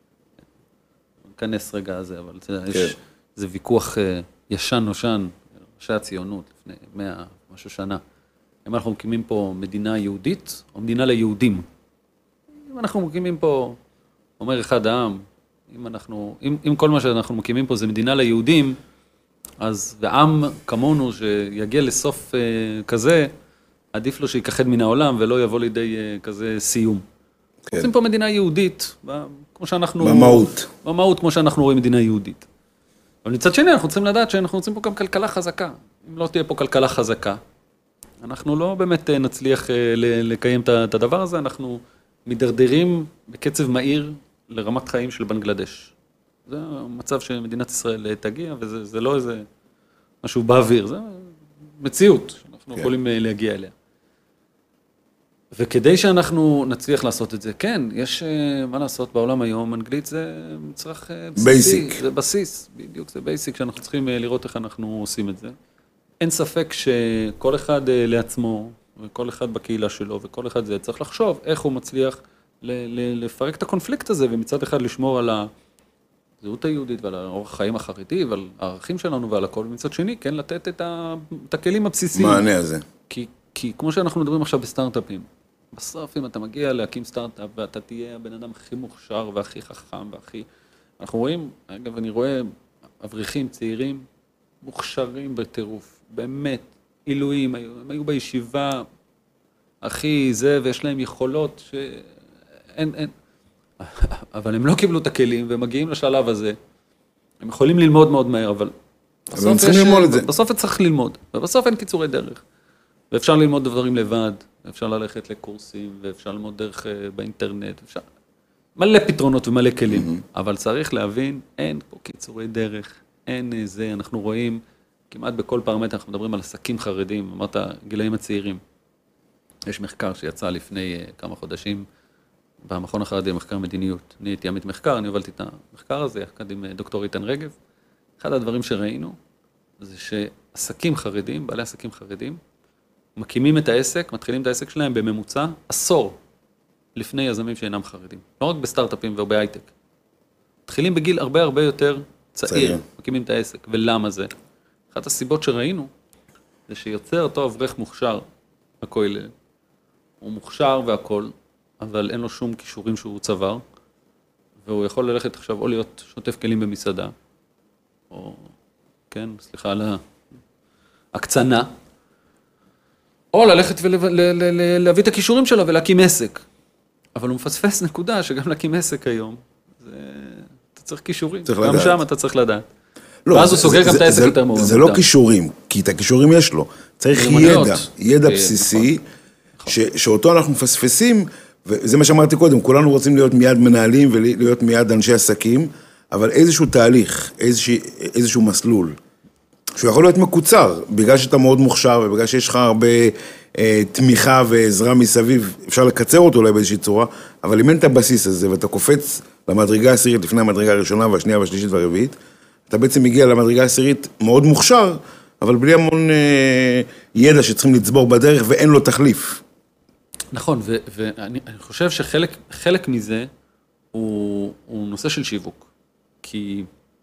נכנס רגע הזה, אבל זה ויכוח ישן נושן, ראשי הציונות, לפני 100 משהו שנה. אם אנחנו מקימים פה מדינה יהודית, או מדינה ליהודים. אם אנחנו מקימים פה, אומר אחד העם, אם כל מה שאנחנו מקימים פה זה מדינה ליהודים, אז ועם כמונו שיגיע לסוף כזה, עדיף לו שיכחד מן העולם ולא יבוא לידי כזה סיום. כן. רוצים פה מדינה יהודית, כמו שאנחנו... במהות, כמו שאנחנו רואים מדינה יהודית. אבל מצד שני, אנחנו צריכים לדעת שאנחנו רוצים פה גם כלכלה חזקה. אם לא תהיה פה כלכלה חזקה, אנחנו לא באמת נצליח לקיים את הדבר הזה, אנחנו מדרדרים בקצב מהיר לרמת חיים של בנגלדש. זה המצב שמדינת ישראל תגיע, וזה לא איזה משהו באוויר, זה מציאות שאנחנו יכולים להגיע אליה. וכדי שאנחנו נצליח לעשות את זה, כן, יש מה לעשות בעולם היום, אנגלית זה מצרך בסיסי, זה בסיס, בדיוק, זה בייסיק, שאנחנו צריכים לראות איך אנחנו עושים את זה. אין ספק שכל אחד לעצמו, וכל אחד בקהילה שלו, וכל אחד זה צריך לחשוב איך הוא מצליח לפרק את הקונפליקט הזה, ומצד אחד לשמור על הזהות היהודית ועל אורח החיים החרדי, ועל הערכים שלנו ועל הכל, ומצד שני, כן, לתת את הכלים הבסיסיים. מענה הזה. כי כמו שאנחנו מדברים עכשיו בסטארט-אפים, בסוף אם אתה מגיע להקים סטארט-אפ, ואתה תהיה הבן אדם הכי מוכשר והכי חכם והכי... אנחנו רואים, אגב, אני רואה אברכים צעירים מוכשרים בטירוף, באמת, עילויים, הם היו בישיבה הכי זה, ויש להם יכולות שאין, אבל הם לא קיבלו את הכלים, והם מגיעים לשלב הזה. הם יכולים ללמוד מאוד מהר, אבל בסוף צריך ללמוד, ובסוף אין קיצורי דרך. ואפשר ללמוד דברים לבד, אפשר ללכת לקורסים, ואפשר ללמוד דרך באינטרנט, אפשר... מלא פתרונות ומלא כלים, אבל צריך להבין, אין פה קיצורי דרך, אין זה, אנחנו רואים, כמעט בכל פרמטר, אנחנו מדברים על עסקים חרדים, אמרת, גילאים הצעירים. יש מחקר שיצא לפני כמה חודשים, במכון החרדי, מחקר מדיניות. אני הייתי עמית מחקר, אני הובלתי את המחקר הזה, יחד עם דוקטור איתן רגב. אחד הדברים שראינו, זה שעסקים חרדים, בעלי עסקים חרדים, מקימים את העסק, מתחילים את העסק שלהם בממוצע, עשור לפני יזמים שאינם חרדים. לא רק בסטארט-אפים ובהייטק. מתחילים בגיל הרבה הרבה יותר צעיר, מקימים את העסק. ולמה זה? אחת הסיבות שראינו, זה שיוצר אותו אברך מוכשר, הכולל, הוא מוכשר והכל, אבל אין לו שום כישורים שהוא צבר, והוא יכול ללכת עכשיו או להיות שוטף כלים במסעדה, או, כן, סליחה על ההקצנה, או ללכת ולהביא את הכישורים שלו ולהקים עסק. אבל הוא מפספס נקודה שגם להקים עסק היום, אתה צריך כישורים, גם שם אתה צריך לדעת. ואז הוא סוגר גם את העסק יותר מאוד. זה לא כישורים, כי את הכישורים יש לו. צריך ידע בסיסי, שאותו אנחנו מפספסים, וזה מה שאמרתי קודם, כולנו רוצים להיות מיד מנהלים ולהיות מיד אנשי עסקים, אבל איזשהו תהליך, איזשהו מסלול, שהוא יכול להיות מקוצר, בגלל שאתה מאוד מוכשר, ובגלל שיש לך הרבה תמיכה ועזרה מסביב, אפשר לקצר אותו אולי באיזושהי צורה, אבל אם אין את הבסיס הזה, ואתה קופץ למדרגה העשירית, לפני המדרגה הראשונה והשנייה והשלישית והרביעית, אתה בעצם מגיע למדרגה העשירית מאוד מוכשר, אבל בלי המון ידע שצריכים לצבור בדרך, ואין לו תחליף. נכון, ואני חושב שחלק מזה הוא נושא של שיווק, כי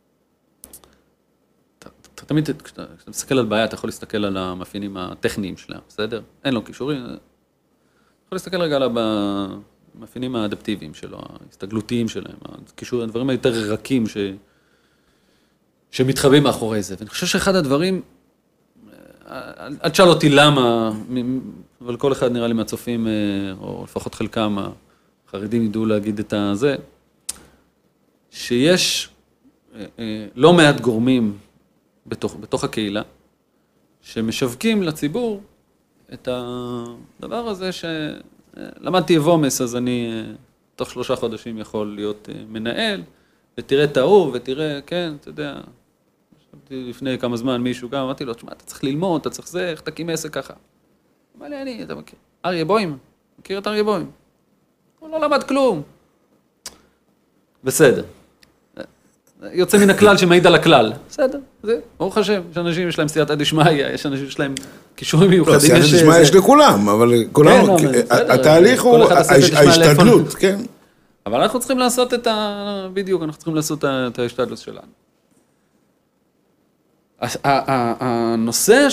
אתה תמיד, כשאתה מסתכל על בעיה, אתה יכול להסתכל על המאפיינים הטכניים שלהם, בסדר? אין לו קישורים, אתה יכול להסתכל רגע על המאפיינים האדפטיביים שלו, ההסתגלותיים שלהם, הקישורים, הדברים היותר רכים שמתחבאים מאחורי זה. ואני חושב שאחד הדברים, אל תשאל אותי למה, אבל כל אחד נראה לי מהצופים, או לפחות חלקם, החרדים ידעו להגיד את הזה, שיש לא מעט גורמים בתוך הקהילה, שמשווקים לציבור את הדבר הזה שלמדתי אבומס, אז אני תוך 3 חודשים יכול להיות מנהל, ותראה את ההוא, ותראה, כן, אתה יודע, לפני כמה זמן מישהו גם, אמרתי לו, תשמע, אתה צריך ללמוד, אתה צריך זה, איך תקים עסק ככה. אמר לי, אתה מכיר, אריה בוים, מכיר את אריה בוים? הוא לא למד כלום. בסדר. יוצא מן הכלל שמעיד על הכלל. בסדר, זה, ברוך השם, יש אנשים, יש להם סייעתא דשמיא, יש אנשים, יש להם כישורים מיוחדים. לא, סייעתא דשמיא יש לכולם, אבל התהליך הוא ההשתדלות, כן. אבל אנחנו צריכים לעשות בדיוק, אנחנו צריכים לעשות את ההשתדלות שלנו. הנושא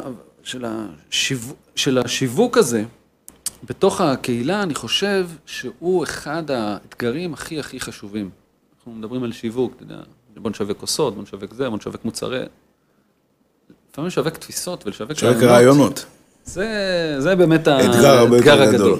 של השיווק הזה, בתוך הקהילה, אני חושב שהוא אחד האתגרים הכי הכי חשובים. אנחנו מדברים על שיווק, אתה יודע, בוא נשווק כוסות, בוא נשווק זה, בוא נשווק מוצרי. לפעמים נשווק תפיסות ולשווק רעיונות. זה באמת האתגר הגדול.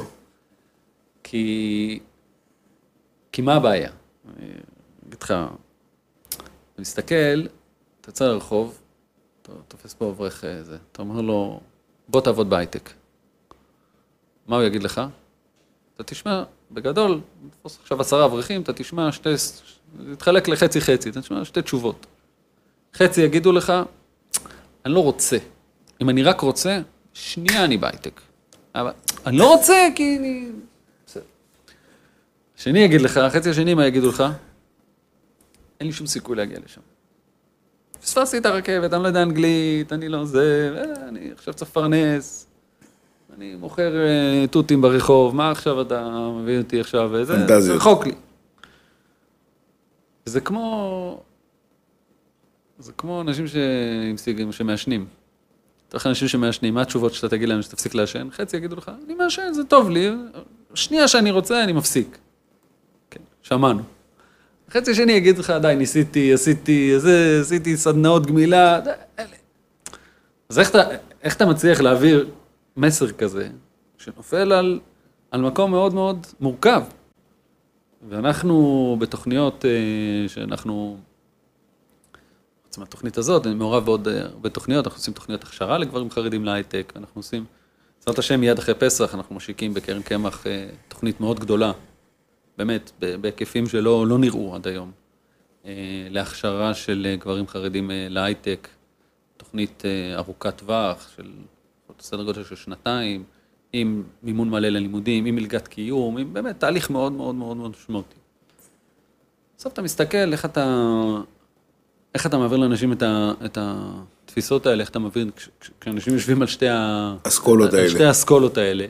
כי מה הבעיה? אני אגיד לך, אתה מסתכל, אתה יוצא לרחוב, אתה תופס פה אברך זה, אתה אומר לו, בוא תעבוד בהייטק. מה הוא יגיד לך? אתה תשמע, בגדול, עכשיו 10 אברכים, אתה תשמע תתחלק לחצי-חצי, אתה תשמע 2 תשובות. חצי יגידו לך, אני לא רוצה. אם אני רק רוצה, שנייה אני בהייטק. אבל אני לא רוצה כי אני... השני יגיד לך, החצי השני מה יגידו לך? אין לי שום סיכוי להגיע לשם. פספסתי את הרכבת, אני לא יודע אנגלית, אני לא זה, אני עכשיו צריך לפרנס. אני מוכר תותים ברחוב, מה עכשיו אתה מביא אותי עכשיו וזה? זה רחוק לי. זה כמו אנשים שמעשנים. אתה הולך אנשים שמעשנים, מה התשובות שאתה תגיד להם שתפסיק לעשן? חצי יגידו לך, אני מעשן, זה טוב לי, שנייה שאני רוצה, אני מפסיק. כן, שמענו. חצי שני יגיד לך, די, ניסיתי, עשיתי סדנאות גמילה, אז איך אתה מצליח להעביר מסר כזה, שנופל על מקום מאוד מאוד מורכב. ואנחנו בתוכניות שאנחנו, בעצם התוכנית הזאת, אני מעורב בעוד בתוכניות, אנחנו עושים תוכניות הכשרה לגברים חרדים להייטק, אנחנו עושים, בעזרת השם מיד אחרי פסח, אנחנו משיקים בקרן קמח תוכנית מאוד גדולה, באמת, בהיקפים שלא נראו עד היום, להכשרה של גברים חרדים להייטק, תוכנית ארוכת טווח של סדר גודל של 2 עם מימון מלא ללימודים, עם מלגת קיום, עם באמת תהליך מאוד מאוד מאוד מאוד משמעותי. בסוף אתה מסתכל איך אתה מעביר לאנשים את התפיסות האלה, איך אתה מעביר, כשאנשים יושבים על שתי האסכולות האלה.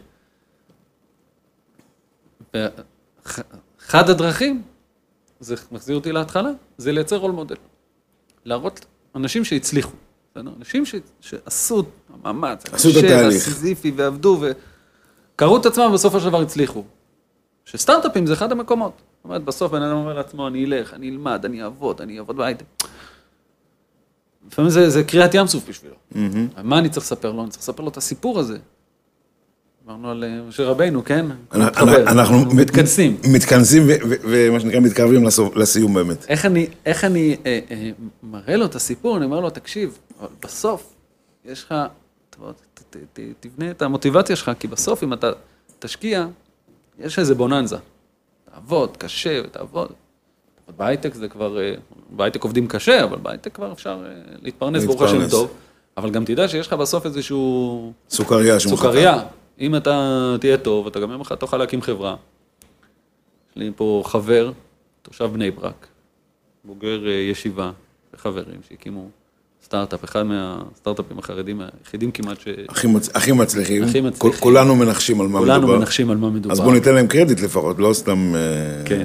אחד הדרכים, זה מחזיר אותי להתחלה, זה לייצר רול מודל. להראות אנשים שהצליחו. אנשים שעשו המאמץ, עשו את התהליך. הסיזיפי ועבדו וקראו את עצמם ובסוף השבר הצליחו. שסטארט-אפים זה אחד המקומות. זאת אומרת, בסוף בן אדם אומר לעצמו, אני אלך, אני אלמד, אני אעבוד בהייטק. לפעמים זה קריאת ים סוף בשבילו. מה אני צריך לספר לו? אני צריך לספר לו את הסיפור הזה. אמרנו על משה רבינו, כן? אנחנו מתכנסים. מתכנסים ומה שנקרא מתקרבים לסיום באמת. איך אני מראה לו את הסיפור, אני אומר לו, תקשיב, אבל בסוף יש לך, תבנה את המוטיבציה שלך, כי בסוף אם אתה תשקיע, יש איזה בוננזה. תעבוד קשה ותעבוד. בהייטק זה כבר, בהייטק עובדים קשה, אבל בהייטק כבר אפשר להתפרנס ברוך השם טוב. אבל גם תדע שיש לך בסוף איזשהו... סוכריה. אם אתה תהיה טוב, אתה גם יום אחד תוכל להקים חברה. יש לי פה חבר, תושב בני ברק, בוגר ישיבה וחברים שהקימו סטארט-אפ, אחד מהסטארט-אפים החרדים היחידים כמעט הכי מצליחים. כולנו מנחשים על מה מדובר. כולנו מנחשים על מה מדובר. אז בואו ניתן להם קרדיט לפחות, לא סתם... כן.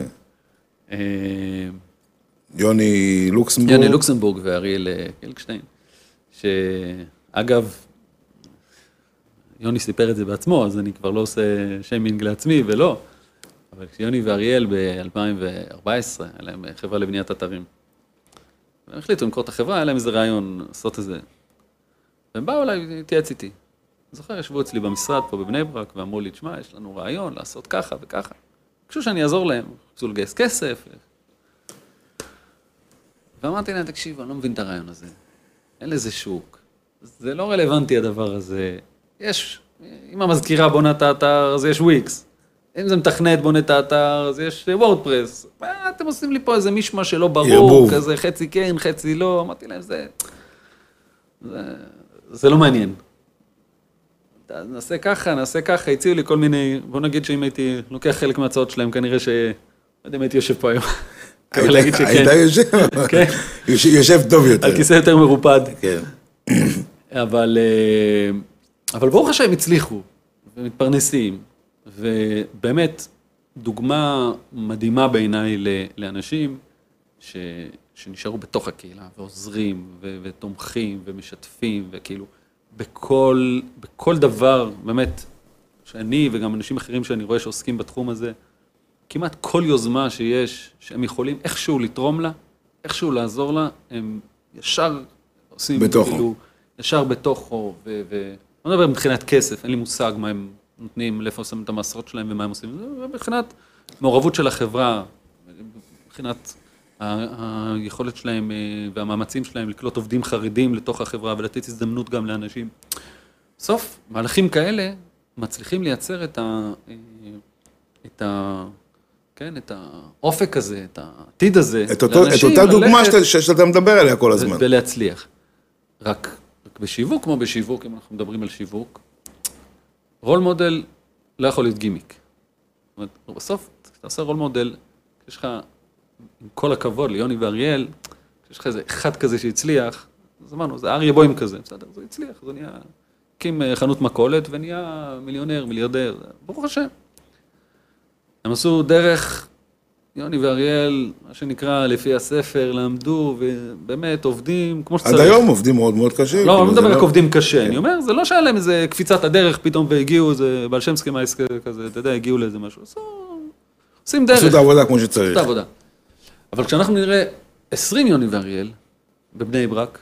יוני לוקסנבורג. יוני לוקסנבורג ואריאל אלקשטיין, שאגב, יוני סיפר את זה בעצמו, אז אני כבר לא עושה שיימינג לעצמי ולא, אבל כשיוני ואריאל ב-2014, היה להם חברה לבניית אתרים. והם החליטו למכור את החברה, היה להם איזה רעיון לעשות איזה... והם באו אליי להתייעץ איתי. זוכר, ישבו אצלי במשרד פה בבני ברק, ואמרו לי, תשמע, יש לנו רעיון לעשות ככה וככה. ביקשו שאני אעזור להם, רצו לגייס כסף. ואמרתי להם, תקשיב, אני לא מבין את הרעיון הזה. אין לזה שוק. זה לא רלוונטי הדבר הזה. יש, אם המזכירה בונה את האתר, אז יש וויקס. אם זה מתכנת בונה את האתר, אז יש וורדפרס. אתם עושים לי פה איזה מישמה שלא ברור, כזה חצי כן, חצי לא. אמרתי להם, זה לא מעניין. נעשה ככה, הציעו לי כל מיני, בוא נגיד שאם הייתי לוקח חלק מההצעות שלהם, כנראה לא יודע אם הייתי יושב פה היום. היית יושב טוב יותר. על כיסא יותר מרופד. אבל ברוך השם הצליחו, ומתפרנסים, ובאמת דוגמה מדהימה בעיניי לאנשים שנשארו בתוך הקהילה, ועוזרים, ותומכים, ומשתפים, וכאילו, בכל דבר, באמת, שאני וגם אנשים אחרים שאני רואה שעוסקים בתחום הזה, כמעט כל יוזמה שיש, שהם יכולים איכשהו לתרום לה, איכשהו לעזור לה, הם ישר עושים, בתוכו. כאילו, ישר בתוכו, לא מדבר מבחינת כסף, אין לי מושג מה הם נותנים, לאיפה עושים את המעשרות שלהם ומה הם עושים, זה מבחינת מעורבות של החברה, מבחינת היכולת שלהם והמאמצים שלהם לקלוט עובדים חרדים לתוך החברה ולתת הזדמנות גם לאנשים. בסוף, מהלכים כאלה מצליחים לייצר את האופק הזה, את העתיד הזה, את אותה דוגמה שאתה מדבר עליה כל הזמן. ולהצליח. רק בשיווק, כמו בשיווק, אם אנחנו מדברים על שיווק, רול מודל לא יכול להיות גימיק. זאת אומרת, בסוף, כשאתה עושה רול מודל, יש לך, עם כל הכבוד, ליוני ואריאל, כשיש לך איזה אחד כזה שהצליח, אז אמרנו, זה אריה בוים כזה, בסדר, זה הצליח, זה נהיה, הקים חנות מכולת ונהיה מיליונר, מיליארדר, ברוך השם. הם עשו דרך, יוני ואריאל, מה שנקרא, לפי הספר, למדו, ובאמת עובדים כמו שצריך. עד היום עובדים מאוד מאוד קשה. לא, אני מדבר רק עובדים קשה. אני אומר, זה לא שהיה להם איזה קפיצת הדרך, פתאום והגיעו איזה בעל שם סכמה כזה, אתה יודע, הגיעו לאיזה משהו. עושים דרך. עשו את העבודה כמו שצריך. עשו את העבודה. אבל כשאנחנו נראה 20 יוני ואריאל, בבני ברק,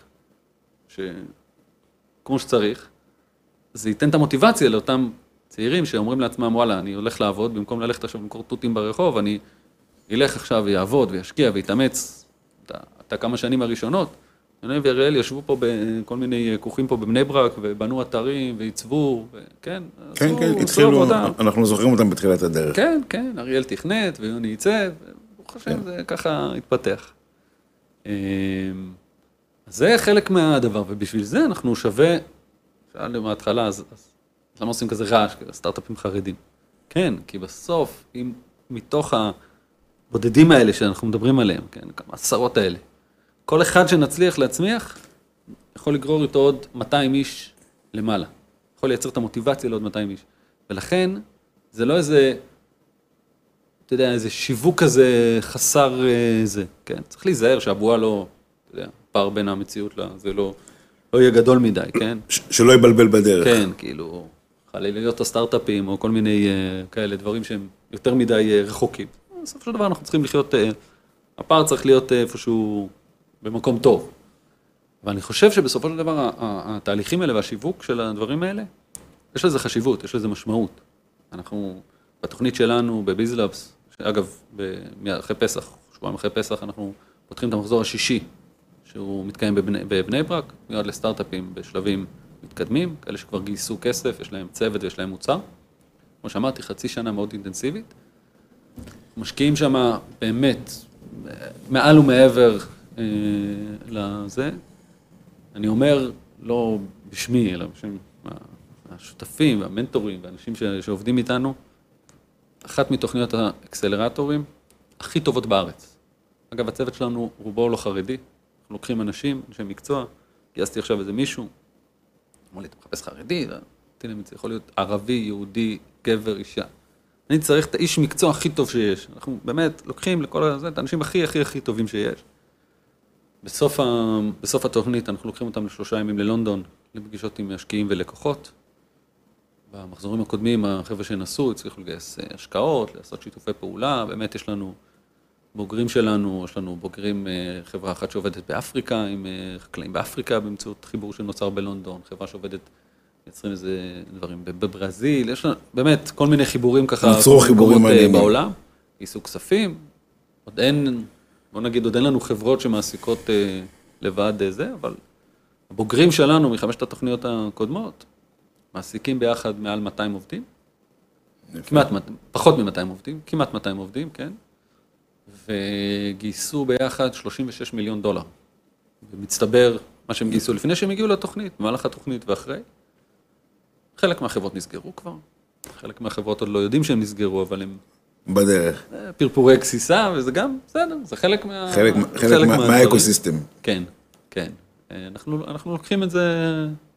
כמו שצריך, זה ייתן את המוטיבציה לאותם צעירים שאומרים לעצמם, וואלה, אני הולך לעבוד, במקום ללכת עכשיו למכור תותים ברחוב, אני ילך עכשיו ויעבוד וישקיע ויתאמץ את כמה שנים הראשונות. יוני ואריאל ישבו פה בכל מיני כוכים פה בבני ברק, ובנו אתרים ועיצבו, וכן, עשו עבודה. אנחנו זוכרים אותם בתחילת הדרך. כן, כן, אריאל תכנת ויוני ייצב, ברוך השם, זה ככה התפתח. זה חלק מהדבר, ובשביל זה אנחנו שווה, שאלנו מההתחלה, אז למה עושים כזה רעש, סטארט-אפים חרדים? כן, כי בסוף, אם מתוך הבודדים האלה שאנחנו מדברים עליהם, כן, כמה עשרות האלה, כל אחד שנצליח להצמיח, יכול לגרור איתו עוד 200 איש למעלה. יכול לייצר את המוטיבציה לעוד 200 איש. ולכן, זה לא איזה, אתה יודע, איזה שיווק כזה חסר זה, כן? צריך להיזהר שהבועה לא, אתה יודע, פער בין המציאות לה, זה לא יהיה גדול מדי, כן? שלא יבלבל בדרך. כן, כאילו, חליליות הסטארט-אפים, או כל מיני כאלה דברים שהם יותר מדי רחוקים. בסוף של דבר אנחנו צריכים לחיות, הפער צריך להיות איפשהו במקום טוב. ואני חושב שבסופו של דבר, התהליכים האלה והשיווק של הדברים האלה, יש לזה חשיבות, יש לזה משמעות. אנחנו, בתוכנית שלנו, בביזלאבס, אגב, אחרי פסח, שבועיים אחרי פסח, אנחנו פותחים את המחזור השישי, שהוא מתקיים בבני ברק, מיועד לסטארט-אפים בשלבים מתקדמים, כאלה שכבר גייסו כסף, יש להם צוות ויש להם מוצר. כמו שאמרתי, חצי שנה מאוד אינטנסיבית. משקיעים שם באמת, מעל ומעבר לזה. אני אומר, לא בשמי, אלא בשם השותפים והמנטורים והאנשים שעובדים איתנו, אחת מתוכניות האקסלרטורים הכי טובות בארץ. אגב, הצוות שלנו רובו לא חרדי, אנחנו לוקחים אנשים, אנשי מקצוע, גייסתי עכשיו איזה מישהו, אמרו לי, אתה מחפש חרדי? תראה, זה יכול להיות ערבי, יהודי, גבר, אישה. אני צריך את האיש מקצוע הכי טוב שיש. אנחנו באמת לוקחים לכל זה, את האנשים הכי טובים שיש. בסוף התוכנית אנחנו לוקחים אותם ל3 ימים ללונדון, לפגישות עם משקיעים ולקוחות. במחזורים הקודמים, החבר'ה שנסו, הצליחו לגייס השקעות, לעשות שיתופי פעולה. באמת יש לנו בוגרים שלנו, יש לנו בוגרים, חברה אחת שעובדת באפריקה, עם חקלאים באפריקה, באמצעות חיבור שנוצר בלונדון, חברה שעובדת, יוצרים איזה דברים בברזיל, יש לנו באמת כל מיני חיבורים ככה, נוצרו חיבורים מעניינים בעולם, גייסו כספים, עוד אין בוא נגיד, עוד אין לנו חברות שמעסיקות לבד זה, אבל הבוגרים שלנו מחמשת התוכניות הקודמות, מעסיקים ביחד מעל 200 עובדים, כמעט, פחות מ-200 עובדים, כמעט 200 עובדים, כן? וגייסו ביחד $36 מיליון. ומצטבר מה שהם גייסו לפני שהם הגיעו לתוכנית, במהלך התוכנית ואחרי. חלק מהחברות נסגרו כבר, חלק מהחברות עוד לא יודעים שהם נסגרו, אבל הם... בדרך. פרפורי כסיסה, וזה גם, בסדר, זה חלק מהאקוסיסטם. כן, כן. אנחנו לוקחים את זה...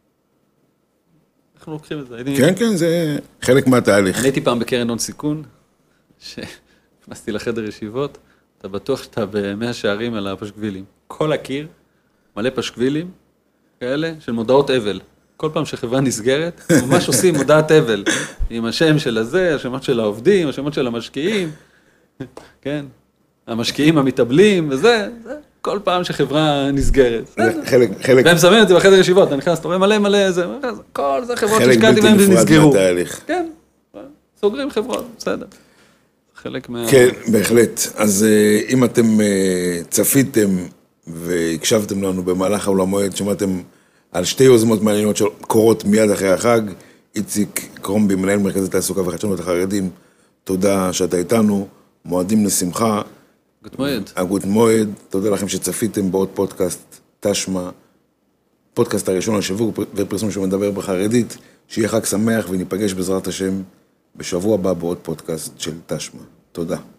כן, כן, זה חלק מהתהליך. אני הייתי פעם בקרן הון סיכון, שנכנסתי לחדר ישיבות, אתה בטוח שאתה ב100 שערים על הפשקבילים. כל הקיר, מלא פשקבילים, כאלה, של מודעות אבל. כל פעם שחברה נסגרת, ממש עושים מודעת אבל, עם השם של הזה, השמות של העובדים, השמות של המשקיעים, כן? המשקיעים המתאבלים, וזה, כל פעם שחברה נסגרת. חלק... והם שמים את זה בחדר ישיבות, אתה נכנס, אתה רואה מלא, זה, כל זה חברות שהשקעתי בהם ונסגרו. חלק בלתי נפרד מהתהליך. כן, סוגרים חברות, בסדר. חלק מה... כן, בהחלט. אז אם אתם צפיתם והקשבתם לנו במהלך חול המועד, שמעתם על שתי יוזמות מעניינות שקורות מיד אחרי החג, איציק קרומבי, מנהל מרכז התעסוקה וחדשנות החרדים, תודה שאתה איתנו, מועדים לשמחה. גוט מועד. תודה לכם שצפיתם בעוד פודקאסט תשמע, פודקאסט הראשון על שיווק ופרסום שמדבר בחרדית, שיהיה חג שמח וניפגש בעזרת השם בשבוע הבא בעוד פודקאסט של תשמע. תודה.